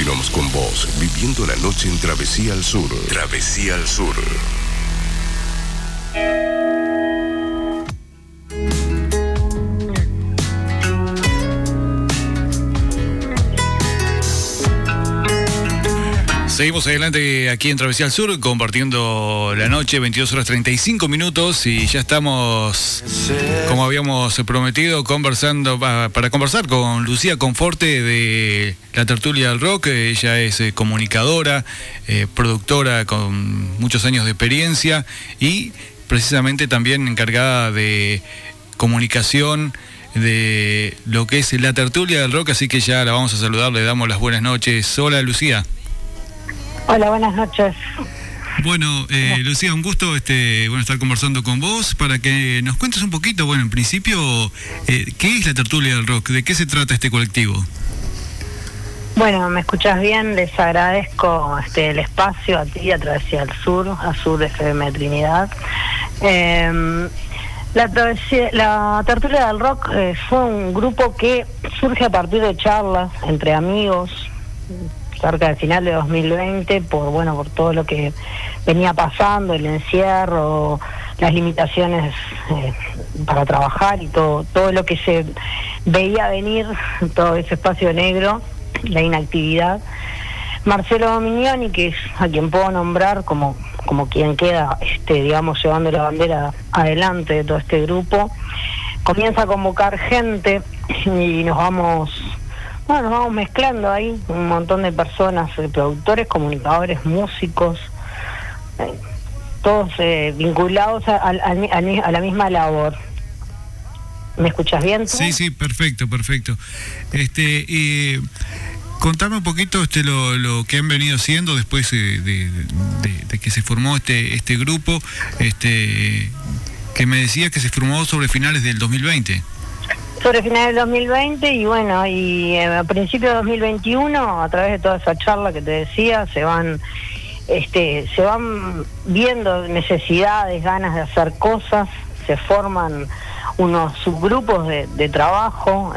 continuamos con vos, viviendo la noche en Travesía al Sur. Travesía al Sur. Seguimos adelante aquí en Travesía al Sur, compartiendo la noche, 22:35, y ya estamos, como habíamos prometido, conversando para conversar con Lucía Conforte de La Tertulia del Rock. Ella es comunicadora, productora con muchos años de experiencia y precisamente también encargada de comunicación de lo que es La Tertulia del Rock, así que ya la vamos a saludar, le damos las buenas noches. Hola, Lucía. Hola, buenas noches. Bueno, Lucía, un gusto estar conversando con vos para que nos cuentes un poquito, bueno, en principio, ¿qué es La Tertulia del Rock? ¿De qué se trata este colectivo? Bueno, ¿me escuchás bien? Les agradezco el espacio a ti, a Travesía al Sur, a Sur FM Trinidad. La Tertulia del Rock fue un grupo que surge a partir de charlas entre amigos, cerca del final de 2020, por todo lo que venía pasando, el encierro, las limitaciones para trabajar y todo lo que se veía venir, todo ese espacio negro, la inactividad. Marcelo Dominioni, que es a quien puedo nombrar como quien queda, llevando la bandera adelante de todo este grupo, comienza a convocar gente y nos vamos mezclando ahí un montón de personas, productores, comunicadores, músicos, todos vinculados a la misma labor. ¿Me escuchas bien tú? Sí, perfecto. Contame un poquito lo que han venido haciendo después de que se formó este grupo, que me decías que se formó sobre finales del 2020. Sobre finales del 2020 y a principios de 2021, a través de toda esa charla que te decía, se van viendo necesidades, ganas de hacer cosas, se forman unos subgrupos de trabajo,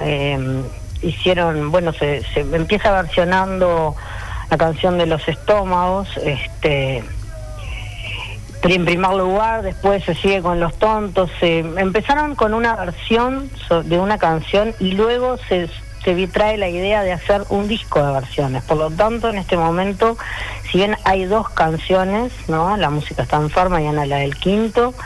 se empieza versionando la canción de Los Estómagos, en primer lugar, después se sigue con Los Tontos. Empezaron con una versión de una canción y luego se trae la idea de hacer un disco de versiones. Por lo tanto, en este momento, si bien hay 2 canciones, ¿no? La música está enferma y Ana la del Quinto.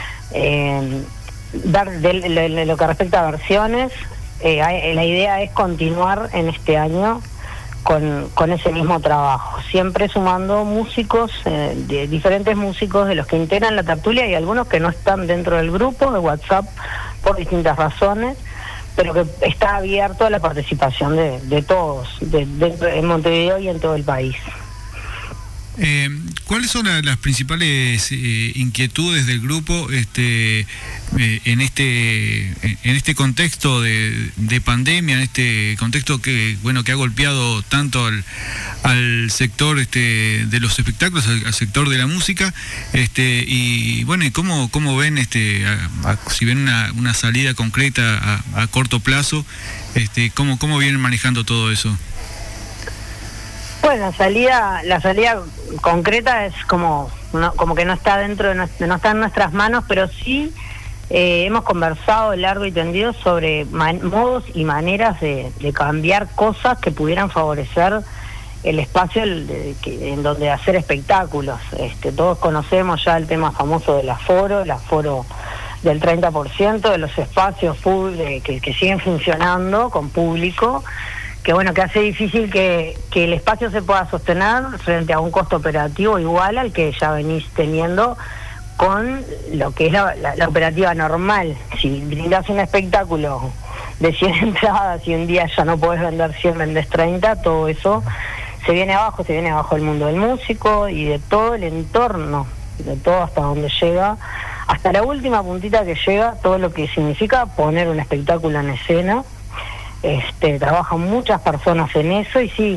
Lo que respecta a versiones, la idea es continuar en este año con ese mismo trabajo, siempre sumando músicos, de diferentes músicos de los que integran la tertulia y algunos que no están dentro del grupo de WhatsApp por distintas razones, pero que está abierto a la participación de todos, en Montevideo y en todo el país. ¿Cuáles son las principales inquietudes del grupo en este contexto de pandemia, en este contexto que ha golpeado tanto al sector de los espectáculos, al sector de la música, y cómo ven si ven una salida concreta a corto plazo, cómo vienen manejando todo eso? Bueno, la salida concreta es como que no está no está en nuestras manos, pero sí hemos conversado largo y tendido sobre modos y maneras de cambiar cosas que pudieran favorecer el espacio en donde hacer espectáculos. Todos conocemos ya el tema famoso del aforo del 30% de los espacios que siguen funcionando con público, que hace difícil que el espacio se pueda sostener frente a un costo operativo igual al que ya venís teniendo con lo que es la operativa normal. Si brindás un espectáculo de 100 entradas y un día ya no podés vender 100, vendés 30, todo eso se viene abajo el mundo del músico y de todo el entorno, de todo hasta donde llega, hasta la última puntita que llega, todo lo que significa poner un espectáculo en escena. Trabajan muchas personas en eso y sí,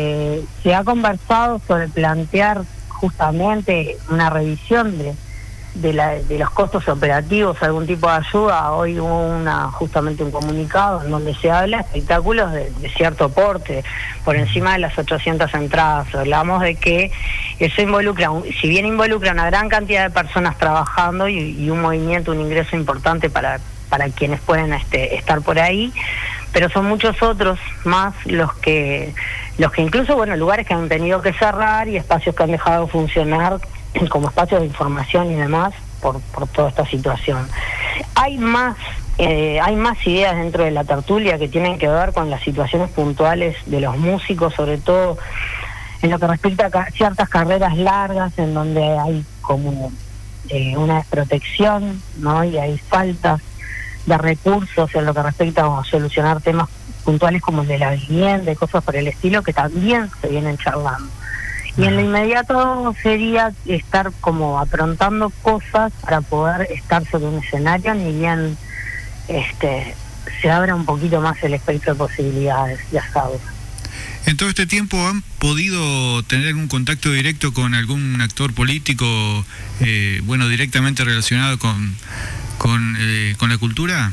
se ha conversado sobre plantear justamente una revisión de los costos operativos, algún tipo de ayuda. Hoy hubo justamente un comunicado en donde se habla de espectáculos de cierto porte, por encima de las 800 entradas. Hablamos de que eso involucra, si bien involucra una gran cantidad de personas trabajando y un movimiento, un ingreso importante para quienes pueden estar por ahí, pero son muchos otros más los que incluso, bueno, lugares que han tenido que cerrar y espacios que han dejado de funcionar como espacios de información y demás por toda esta situación. Hay más ideas dentro de la tertulia que tienen que ver con las situaciones puntuales de los músicos, sobre todo en lo que respecta a ciertas carreras largas en donde hay como una desprotección, ¿no? Y hay faltas de recursos en lo que respecta a solucionar temas puntuales como el de la vivienda y cosas por el estilo que también se vienen charlando. Y en lo inmediato sería estar como aprontando cosas para poder estar sobre un escenario, ni bien se abra un poquito más el espectro de posibilidades, ya sabes. En todo este tiempo, ¿han podido tener algún contacto directo con algún actor político, directamente relacionado con la cultura?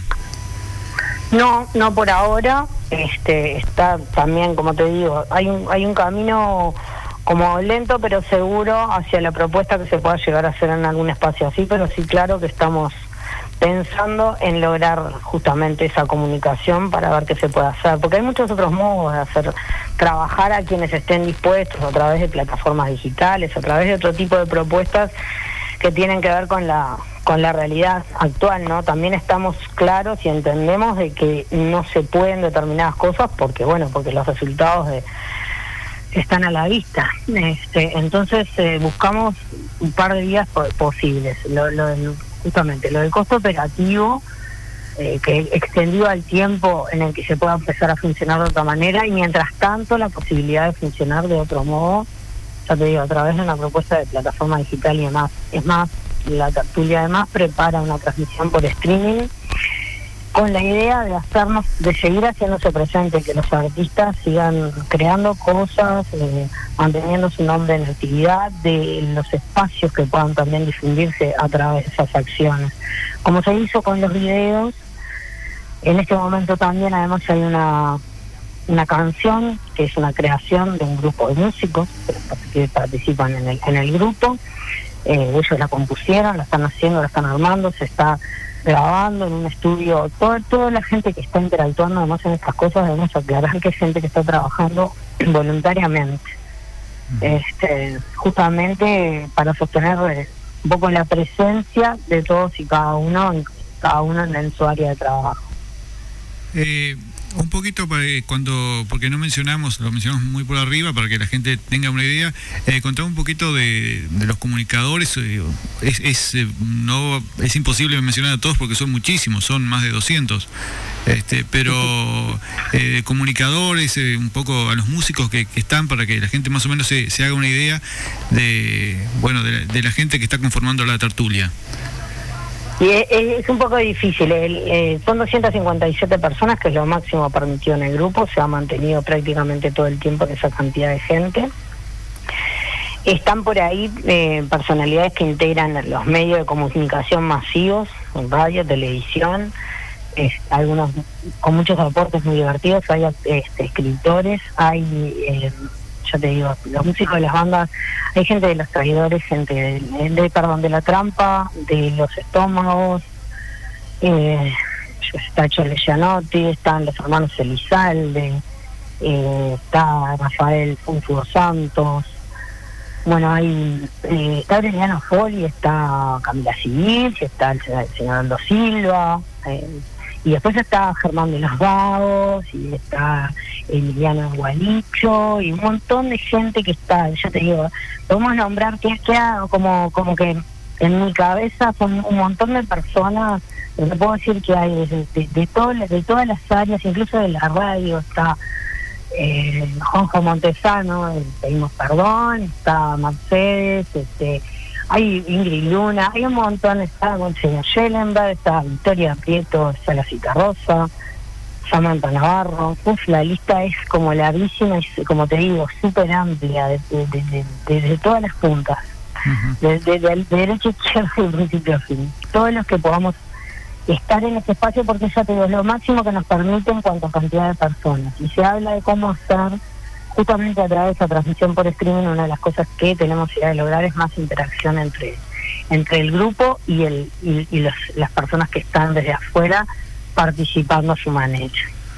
No por ahora. Está también, como te digo, hay un camino como lento pero seguro hacia la propuesta que se pueda llegar a hacer en algún espacio así, pero sí, claro que estamos pensando en lograr justamente esa comunicación para ver qué se puede hacer, porque hay muchos otros modos de trabajar a quienes estén dispuestos a través de plataformas digitales, a través de otro tipo de propuestas que tienen que ver con la realidad actual, ¿no? También estamos claros y entendemos de que no se pueden determinadas cosas porque los resultados están a la vista. Entonces buscamos un par de vías posibles. Justamente lo del costo operativo, que extendido al tiempo en el que se pueda empezar a funcionar de otra manera, y mientras tanto la posibilidad de funcionar de otro modo, ya te digo, a través de una propuesta de plataforma digital y demás. Es más, la tertulia además prepara una transmisión por streaming con la idea de seguir haciéndose presente, que los artistas sigan creando cosas, manteniendo su nombre en actividad, de los espacios que puedan también difundirse a través de esas acciones. Como se hizo con los videos, en este momento también además hay una canción que es una creación de un grupo de músicos que participan en el grupo. Ellos la compusieron, la están haciendo, la están armando, se está grabando en un estudio. Toda la gente que está interactuando además en estas cosas, debemos aclarar que es gente que está trabajando voluntariamente, justamente para sostener un poco la presencia de todos y cada uno en su área de trabajo. Un poquito porque lo mencionamos muy por arriba para que la gente tenga una idea. Contame un poquito de los comunicadores. Es imposible mencionar a todos porque son muchísimos, son más de 200. Pero comunicadores, un poco a los músicos que están, para que la gente más o menos se haga una idea de la gente que está conformando la tertulia. Y es un poco difícil. Son 257 personas, que es lo máximo permitido en el grupo. Se ha mantenido prácticamente todo el tiempo en esa cantidad de gente. Están por ahí personalidades que integran los medios de comunicación masivos, radio, televisión, algunos con muchos aportes muy divertidos. Hay escritores, hay ya te digo, los músicos de las bandas, hay gente de Los Traidores, gente de La Trampa, de Los Estómagos, está Chole Gianotti, están los hermanos Elizalde, está Rafael Funfuo Santos, bueno, está Aureliano Foli, está Camila Civil, está el señor Aldo Silva, y después está Germán de los Vagos, y está Emiliano Gualicho, y un montón de gente que está, ya te digo, podemos nombrar que como que en mi cabeza son un montón de personas. Te puedo decir que hay de todas las áreas, incluso de la radio. Está Juanjo Montesano, Pedimos Perdón, está Mercedes, hay Ingrid Luna, hay un montón, está Monseñor Schellenberg, está Victoria Prieto, Salacita Rosa, Samantha Navarro. La lista es como larguísima y, como te digo, súper amplia, desde todas las puntas. de derecha a izquierda de principio a fin. Todos los que podamos estar en ese espacio, porque ya te digo, es lo máximo que nos permite en cuanto a cantidad de personas. Y se habla de cómo estar justamente a través de esa transmisión por streaming. Una de las cosas que tenemos idea de lograr es más interacción entre el grupo y las personas que están desde afuera participando a su manera.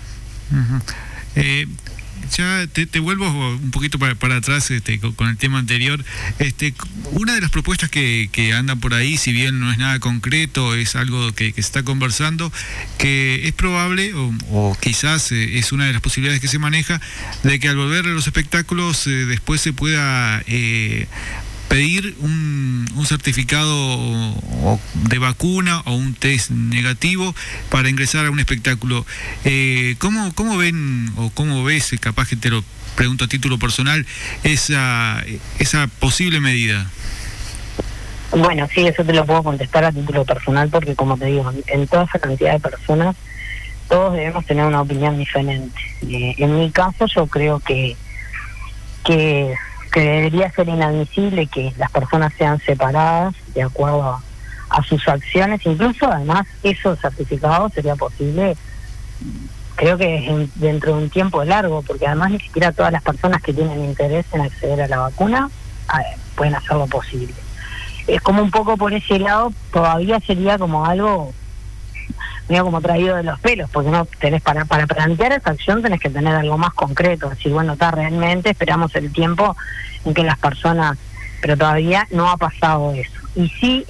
Ya te vuelvo un poquito para atrás con el tema anterior. Una de las propuestas que andan por ahí, si bien no es nada concreto, es algo que se está conversando, que es probable o quizás es una de las posibilidades que se maneja, de que al volver a los espectáculos después se pueda pedir un certificado de vacuna o un test negativo para ingresar a un espectáculo. ¿Cómo ven o cómo ves, capaz que te lo pregunto a título personal, esa posible medida? Bueno, sí, eso te lo puedo contestar a título personal, porque como te digo, en toda esa cantidad de personas todos debemos tener una opinión diferente. En mi caso yo creo que debería ser inadmisible que las personas sean separadas de acuerdo a sus acciones. Incluso, además, esos certificados sería posible, creo que dentro de un tiempo largo, porque además ni siquiera todas las personas que tienen interés en acceder a la vacuna pueden hacerlo posible. Es como un poco por ese lado, todavía sería como algo medio como traído de los pelos, porque no tenés para plantear esa acción tenés que tener algo más concreto, decir, bueno, realmente esperamos el tiempo en que las personas, pero todavía no ha pasado eso. Y sí,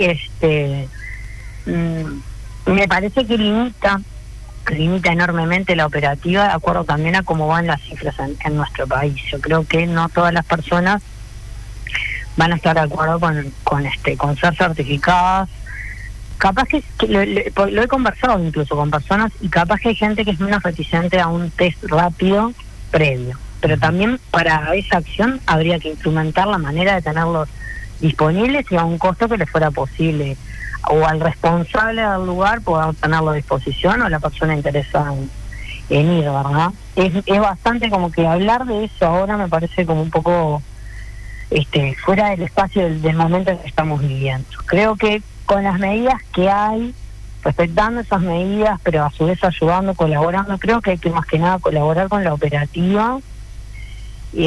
me parece que limita enormemente la operativa, de acuerdo también a cómo van las cifras en nuestro país. Yo creo que no todas las personas van a estar de acuerdo con ser certificadas. Capaz que lo he conversado incluso con personas, y capaz que hay gente que es menos reticente a un test rápido previo, pero también para esa acción habría que instrumentar la manera de tenerlos disponibles y a un costo que les fuera posible, o al responsable del lugar poder tenerlo a disposición, o la persona interesada en ir, ¿verdad? Es bastante como que hablar de eso ahora me parece como un poco fuera del espacio del momento en que estamos viviendo. Creo que con las medidas que hay, respetando esas medidas, pero a su vez ayudando, colaborando, creo que hay que más que nada colaborar con la operativa y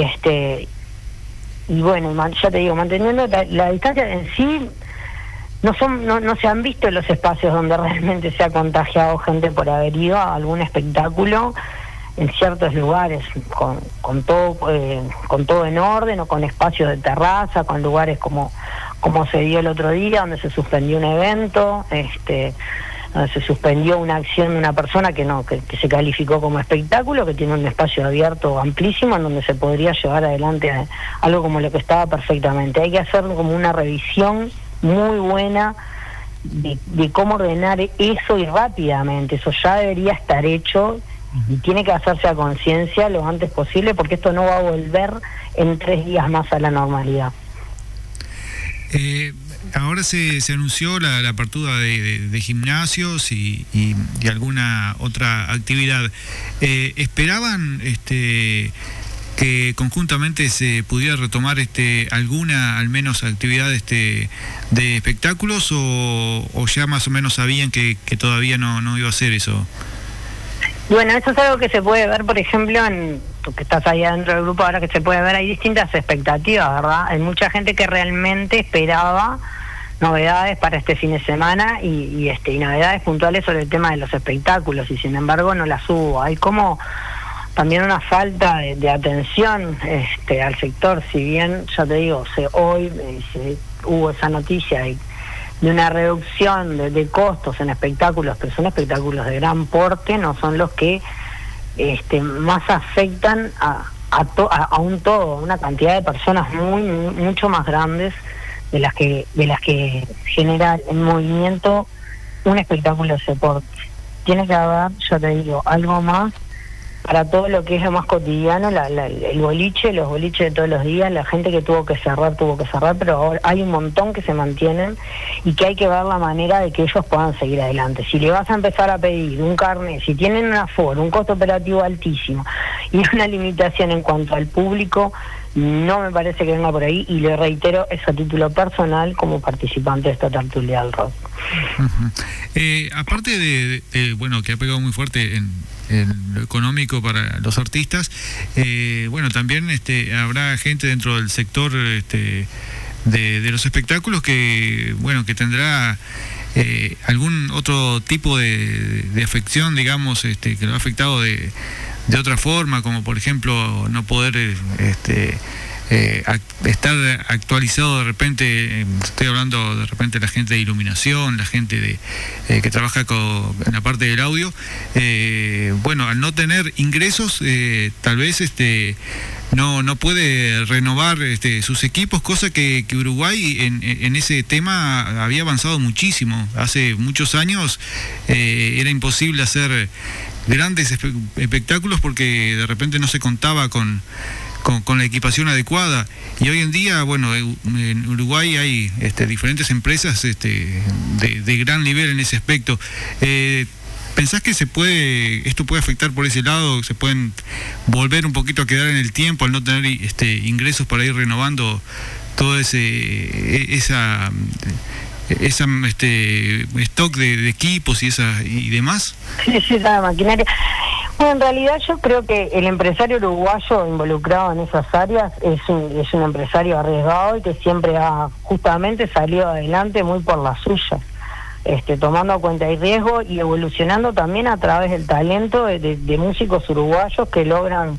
bueno, ya te digo, manteniendo la distancia. En sí no se han visto los espacios donde realmente se ha contagiado gente por haber ido a algún espectáculo en ciertos lugares, con todo en orden, o con espacios de terraza, con lugares como se dio el otro día, donde se suspendió un evento, donde se suspendió una acción de una persona que se calificó como espectáculo, que tiene un espacio abierto amplísimo en donde se podría llevar adelante algo como lo que estaba perfectamente. Hay que hacer como una revisión muy buena de cómo ordenar eso, y rápidamente. Eso ya debería estar hecho y tiene que hacerse a conciencia lo antes posible, porque esto no va a volver en 3 días más a la normalidad. Ahora se anunció la apertura de gimnasios y alguna otra actividad. ¿Esperaban que conjuntamente se pudiera retomar alguna, al menos, actividad de espectáculos, o ya más o menos sabían que todavía no iba a ser eso? Bueno, eso es algo que se puede ver, por ejemplo, porque estás ahí adentro del grupo, ahora que se puede ver, hay distintas expectativas, ¿verdad? Hay mucha gente que realmente esperaba novedades para este fin de semana y novedades puntuales sobre el tema de los espectáculos, y sin embargo no las hubo. Hay como también una falta de atención al sector. Si bien, ya te digo, hoy hubo esa noticia de una reducción de costos en espectáculos, pero son espectáculos de gran porte, no son los que más afectan a un todo, una cantidad de personas mucho más grandes de las que genera en movimiento un espectáculo de deporte. Tiene que haber, ya te digo, algo más para todo lo que es lo más cotidiano, el boliche, los boliches de todos los días. La gente que tuvo que cerrar, pero ahora hay un montón que se mantienen y que hay que ver la manera de que ellos puedan seguir adelante. Si le vas a empezar a pedir un carnet, si tienen un aforo, un costo operativo altísimo y una limitación en cuanto al público, no me parece que venga por ahí, y le reitero, es a título personal como participante de esta tertulia del rock. Aparte de bueno, que ha pegado muy fuerte en lo económico para los artistas, bueno, también habrá gente dentro del sector de los espectáculos que, bueno, que tendrá algún otro tipo de afección, digamos, que lo ha afectado de otra forma, como por ejemplo no poder estar actualizado de repente. Estoy hablando de repente de la gente de iluminación, la gente que trabaja en la parte del audio. Bueno, al no tener ingresos, tal vez no puede renovar sus equipos, cosa que Uruguay en ese tema había avanzado muchísimo. Hace muchos años era imposible hacer grandes espectáculos porque de repente no se contaba con la equipación adecuada, y hoy en día, bueno, en Uruguay hay diferentes empresas de gran nivel en ese aspecto. ¿Pensás que esto puede afectar por ese lado? ¿Se pueden volver un poquito a quedar en el tiempo al no tener ingresos para ir renovando todo ese stock de equipos y demás? Sí, la maquinaria. Bueno, en realidad yo creo que el empresario uruguayo involucrado en esas áreas es un empresario arriesgado y que siempre ha justamente salido adelante muy por la suya, tomando en cuenta el riesgo y evolucionando también a través del talento de músicos uruguayos que logran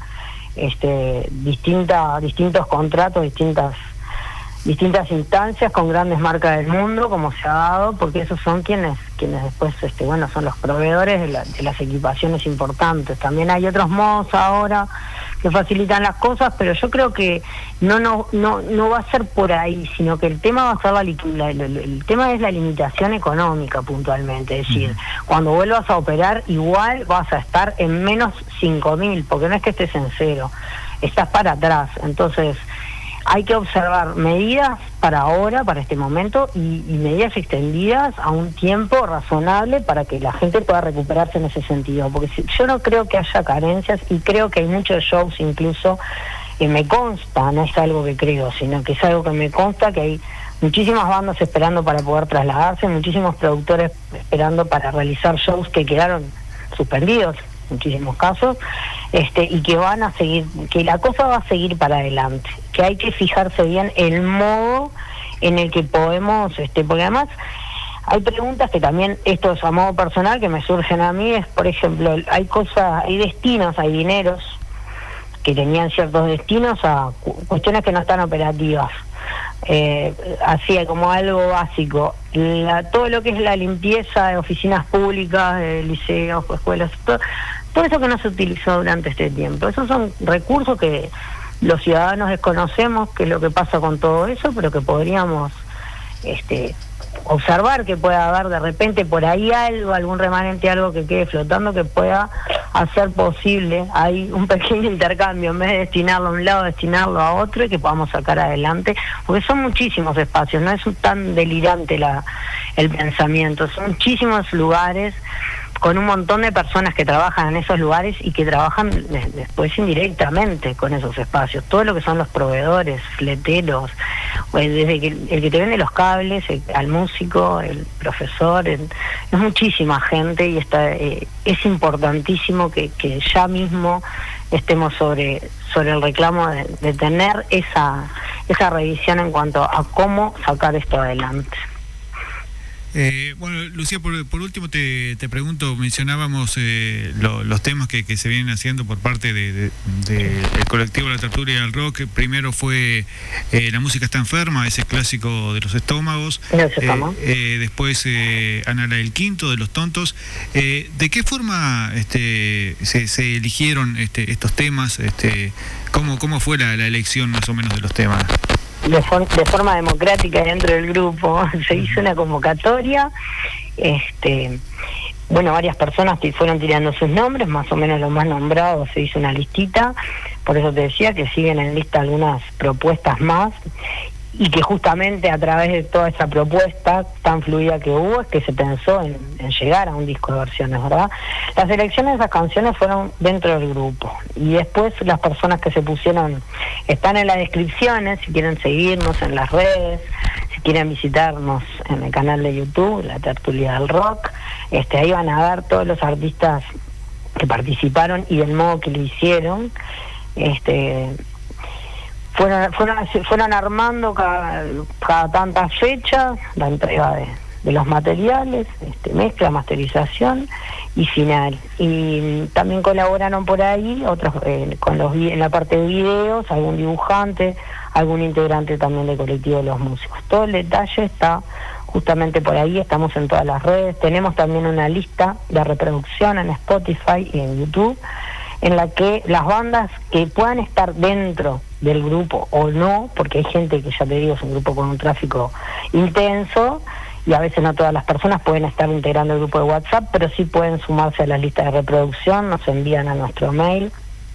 distintos contratos, distintas instancias con grandes marcas del mundo, como se ha dado, porque esos son quienes después son los proveedores de las equipaciones importantes. También hay otros modos ahora que facilitan las cosas, pero yo creo que no va a ser por ahí, sino que el tema va a ser el tema es la limitación económica puntualmente. Es decir, cuando vuelvas a operar igual vas a estar en menos 5.000, porque no es que estés en cero, estás para atrás. Entonces hay que observar medidas para ahora, para este momento, y medidas extendidas a un tiempo razonable para que la gente pueda recuperarse en ese sentido. Porque yo no creo que haya carencias, y creo que hay muchos shows incluso, me consta, no es algo que creo, sino que es algo que me consta, que hay muchísimas bandas esperando para poder trasladarse, muchísimos productores esperando para realizar shows que quedaron suspendidos, muchísimos casos, y que van a seguir, que la cosa va a seguir para adelante, que hay que fijarse bien el modo en el que podemos, porque además hay preguntas que también, esto es a modo personal, que me surgen a mí, es por ejemplo, hay destinos, hay dineros que tenían ciertos destinos a cuestiones que no están operativas, así como algo básico, todo lo que es la limpieza de oficinas públicas, de liceos, escuelas, todo eso que no se utilizó durante este tiempo. Esos son recursos que los ciudadanos desconocemos, qué es lo que pasa con todo eso, pero que podríamos observar que pueda haber de repente por ahí algún remanente, algo que quede flotando, que pueda hacer posible hay un pequeño intercambio, en vez de destinarlo a un lado, destinarlo a otro, y que podamos sacar adelante, porque son muchísimos espacios, no es tan delirante el pensamiento, son muchísimos lugares con un montón de personas que trabajan en esos lugares y que trabajan después indirectamente con esos espacios. Todo lo que son los proveedores, fleteros, desde que el que te vende los cables, al músico, el profesor, es muchísima gente, y es importantísimo que ya mismo estemos sobre el reclamo de tener esa revisión en cuanto a cómo sacar esto adelante. Bueno, Lucía, por último te pregunto, mencionábamos los temas que se vienen haciendo por parte del colectivo La Tertulia del Rock. Primero fue La música está enferma, ese clásico de los estómagos. Después Ana la del Quinto, de Los Tontos. ¿De qué forma se eligieron estos temas? ¿Cómo fue la elección más o menos de los temas? De forma democrática dentro del grupo. Se hizo una convocatoria, varias personas fueron tirando sus nombres, más o menos los más nombrados, se hizo una listita, por eso te decía que siguen en lista algunas propuestas más, y que justamente a través de toda esa propuesta tan fluida que hubo es que se pensó en llegar a un disco de versiones, ¿verdad? Las elecciones de esas canciones fueron dentro del grupo, y después las personas que se pusieron están en las descripciones, si quieren seguirnos en las redes, si quieren visitarnos en el canal de YouTube, La Tertulia del Rock, ahí van a ver todos los artistas que participaron y del modo que lo hicieron. Fueron armando cada tantas fechas la entrega de los materiales, mezcla, masterización y final. Y también colaboraron por ahí otros en la parte de videos, algún dibujante, algún integrante también del colectivo de los músicos. Todo el detalle está justamente por ahí, estamos en todas las redes. Tenemos también una lista de reproducción en Spotify y en YouTube, en la que las bandas que puedan estar dentro del grupo o no, porque hay gente que, ya te digo, es un grupo con un tráfico intenso y a veces no todas las personas pueden estar integrando el grupo de WhatsApp, pero sí pueden sumarse a la lista de reproducción, nos envían a nuestro mail,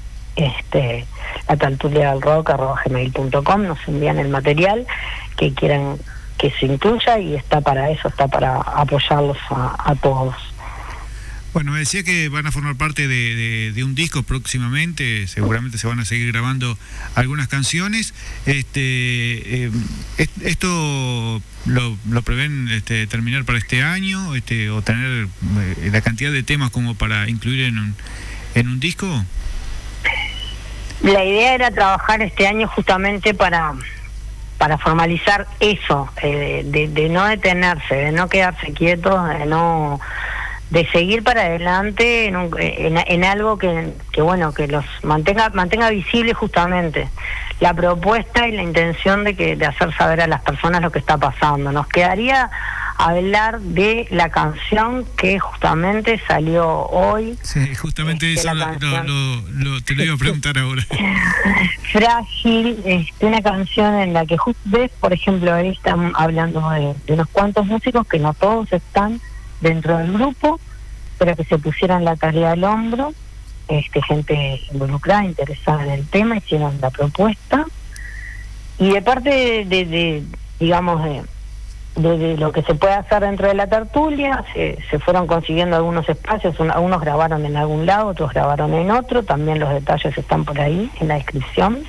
latertuliadelrock@gmail.com, nos envían el material que quieran que se incluya, y está para eso, está para apoyarlos a todos. Bueno, me decía que van a formar parte de un disco próximamente, seguramente se van a seguir grabando algunas canciones. ¿Esto lo prevén terminar para este año, o tener la cantidad de temas como para incluir en un disco? La idea era trabajar este año justamente para formalizar eso, de no detenerse, de no quedarse quietos, de seguir para adelante en algo que bueno, que los mantenga visible justamente la propuesta y la intención de hacer saber a las personas lo que está pasando. Nos quedaría hablar de la canción que justamente salió hoy. Sí, justamente eso te lo iba a preguntar ahora. Frágil, una canción en la que ves, por ejemplo, ahí están hablando de unos cuantos músicos que no todos están dentro del grupo, pero que se pusieron la tarea al hombro, gente involucrada, interesada en el tema, hicieron la propuesta, y de parte de lo que se puede hacer dentro de la tertulia, se fueron consiguiendo algunos espacios, algunos grabaron en algún lado, otros grabaron en otro, también los detalles están por ahí en la descripción.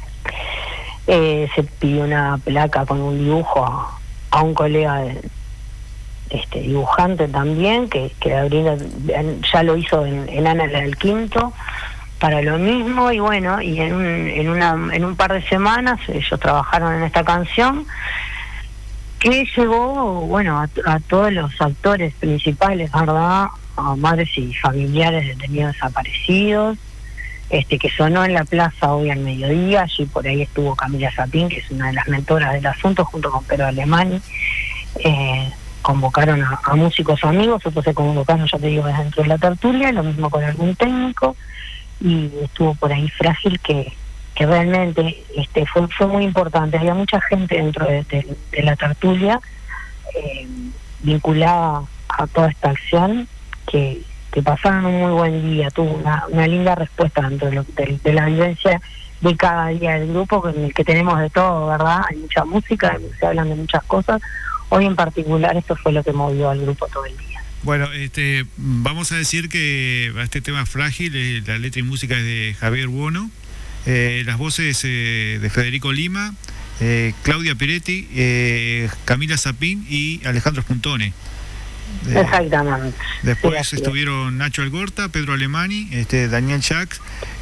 Se pidió una placa con un dibujo a un colega dibujante también, que Gabriela ya lo hizo en Ana la del Quinto, para lo mismo, y bueno, y en un par de semanas ellos trabajaron en esta canción, que llegó, bueno, a todos los actores principales, ¿verdad? A madres y familiares de detenidos desaparecidos, que sonó en la plaza hoy al mediodía. Allí por ahí estuvo Camila Zapín, que es una de las mentoras del asunto, junto con Pedro Alemani. Convocaron a músicos amigos, otros se convocaron, ya te digo, dentro de la tertulia, lo mismo con algún técnico, y estuvo por ahí Frágil, que realmente fue muy importante. Había mucha gente dentro de la tertulia vinculada a toda esta acción, que pasaron un muy buen día. Tuvo una linda respuesta dentro de la vivencia de cada día del grupo, en el que tenemos de todo, ¿verdad? Hay mucha música, se hablan de muchas cosas. Hoy en particular esto fue lo que movió al grupo todo el día. Bueno, vamos a decir que este tema Frágil, la letra y música es de Javier Buono, las voces de Federico Lima, Claudia Peretti, Camila Zapín y Alejandro Spuntone. Exactamente. Después sí, estuvieron Nacho Algorta, Pedro Alemani, Daniel Jacques,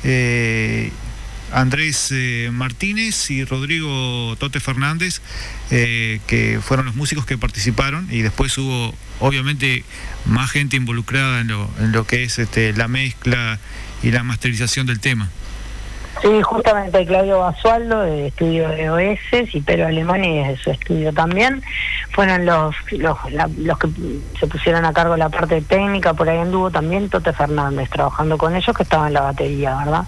Andrés Martínez y Rodrigo Tote Fernández, que fueron los músicos que participaron, y después hubo obviamente más gente involucrada en lo que es la mezcla y la masterización del tema. Sí, justamente Claudio Basualdo, de estudio de OS, y Pedro Alemani de su estudio también, fueron los que se pusieron a cargo de la parte técnica. Por ahí anduvo también Tote Fernández trabajando con ellos, que estaba en la batería, ¿verdad?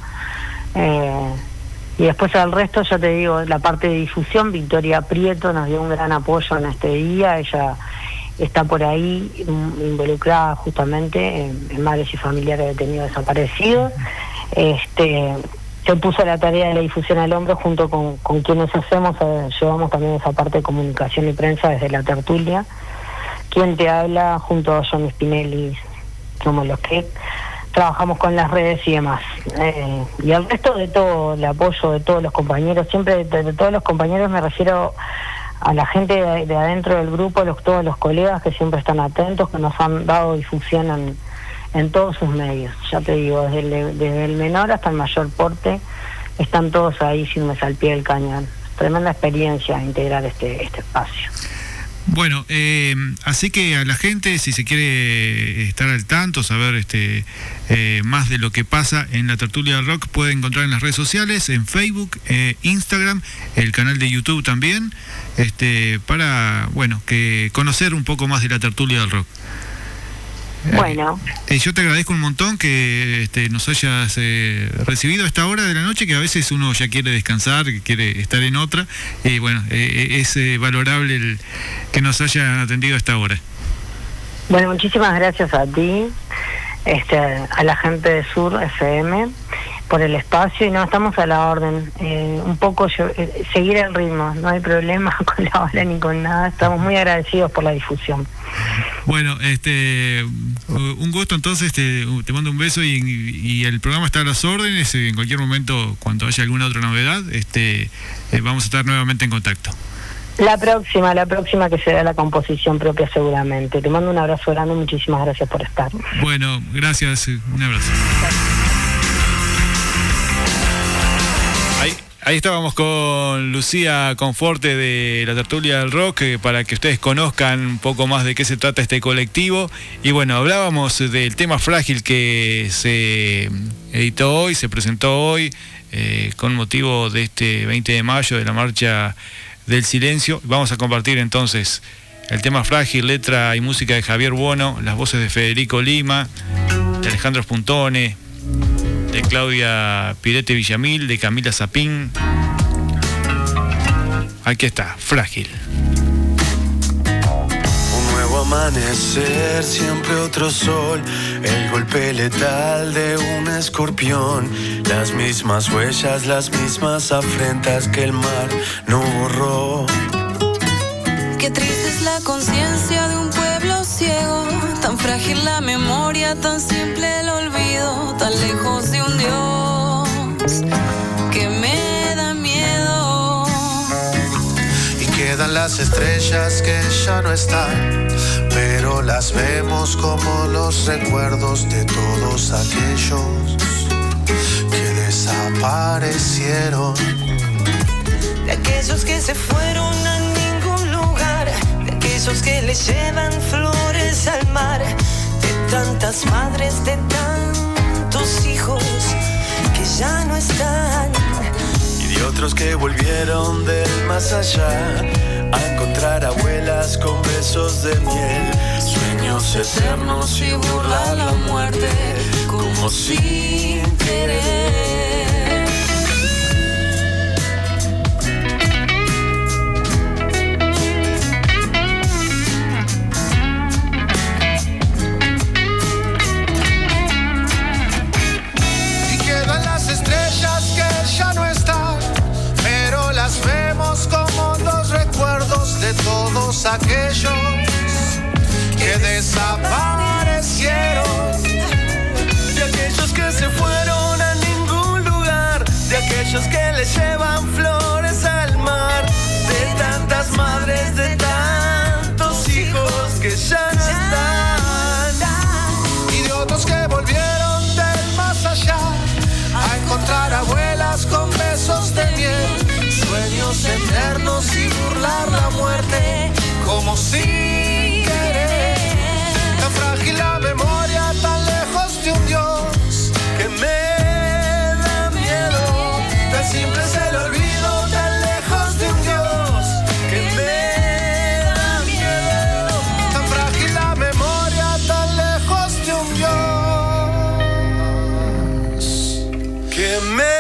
Y después al resto, ya te digo, la parte de difusión, Victoria Prieto nos dio un gran apoyo en este día. Ella está por ahí involucrada justamente en madres y familiares de detenidos desaparecidos. se puso la tarea de la difusión al hombro junto con quienes llevamos también esa parte de comunicación y prensa desde la tertulia. Quien te habla junto a John Spinelli, somos los que trabajamos con las redes y demás. Y el resto de todo, el apoyo de todos los compañeros, siempre de todos los compañeros me refiero a la gente de adentro del grupo, todos los colegas que siempre están atentos, que nos han dado difusión en todos sus medios. Ya te digo, desde el menor hasta el mayor porte, están todos ahí firmes al pie del cañón. Tremenda experiencia integrar este espacio. Bueno, así que a la gente, si se quiere estar al tanto, saber más de lo que pasa en la Tertulia del Rock, puede encontrar en las redes sociales, en Facebook, Instagram, el canal de YouTube también, para, bueno, que conocer un poco más de la Tertulia del Rock. Bueno. Yo te agradezco un montón que nos hayas recibido a esta hora de la noche, que a veces uno ya quiere descansar, que quiere estar en otra, y bueno, es valorable el que nos hayan atendido a esta hora. Bueno, muchísimas gracias a ti, a la gente de Sur FM, por el espacio, y no, estamos a la orden. Un poco seguir el ritmo, no hay problema con la hora ni con nada, estamos muy agradecidos por la difusión. Bueno, un gusto entonces, te mando un beso y el programa está a las órdenes. En cualquier momento, cuando haya alguna otra novedad, vamos a estar nuevamente en contacto. La próxima que será la composición propia seguramente. Te mando un abrazo grande, muchísimas gracias por estar. Bueno, gracias, un abrazo. Ahí estábamos con Lucía Conforte de la Tertulia del Rock, para que ustedes conozcan un poco más de qué se trata este colectivo. Y bueno, hablábamos del tema Frágil que se editó hoy, se presentó hoy, con motivo de este 20 de mayo de la Marcha del Silencio. Vamos a compartir entonces el tema Frágil, letra y música de Javier Buono, las voces de Federico Lima, de Alejandro Spuntone, de Claudia Pirete Villamil, de Camila Zapín. Aquí está, Frágil. Un nuevo amanecer, siempre otro sol, el golpe letal de un escorpión, las mismas huellas, las mismas afrentas que el mar no borró. Qué triste es la conciencia de un pueblo ciego, tan frágil la memoria, tan simple el olvido, tan lejos de un Dios que me da miedo. Y quedan las estrellas que ya no están, pero las vemos como los recuerdos de todos aquellos que desaparecieron. De aquellos que se fueron a ningún lugar, de aquellos que le llevan flores al mar, de tantas madres, de tantos hijos que ya no están, y de otros que volvieron del más allá a encontrar abuelas con besos de miel, sueños eternos y burlar la muerte como sin querer. De todos aquellos que desaparecieron, de aquellos que se fueron a ningún lugar, de aquellos que le llevan flores al mar, de tantas madres, de tantos hijos que ya no están, y de otros que volvieron del más allá a encontrar abuelas con besos de miel, sueños eternos y burlar la muerte como sin querer. Tan frágil la memoria, tan lejos de un Dios que me da miedo. Tan simple es el olvido, tan lejos de un Dios que me da miedo. Tan frágil la memoria, tan lejos de un Dios que me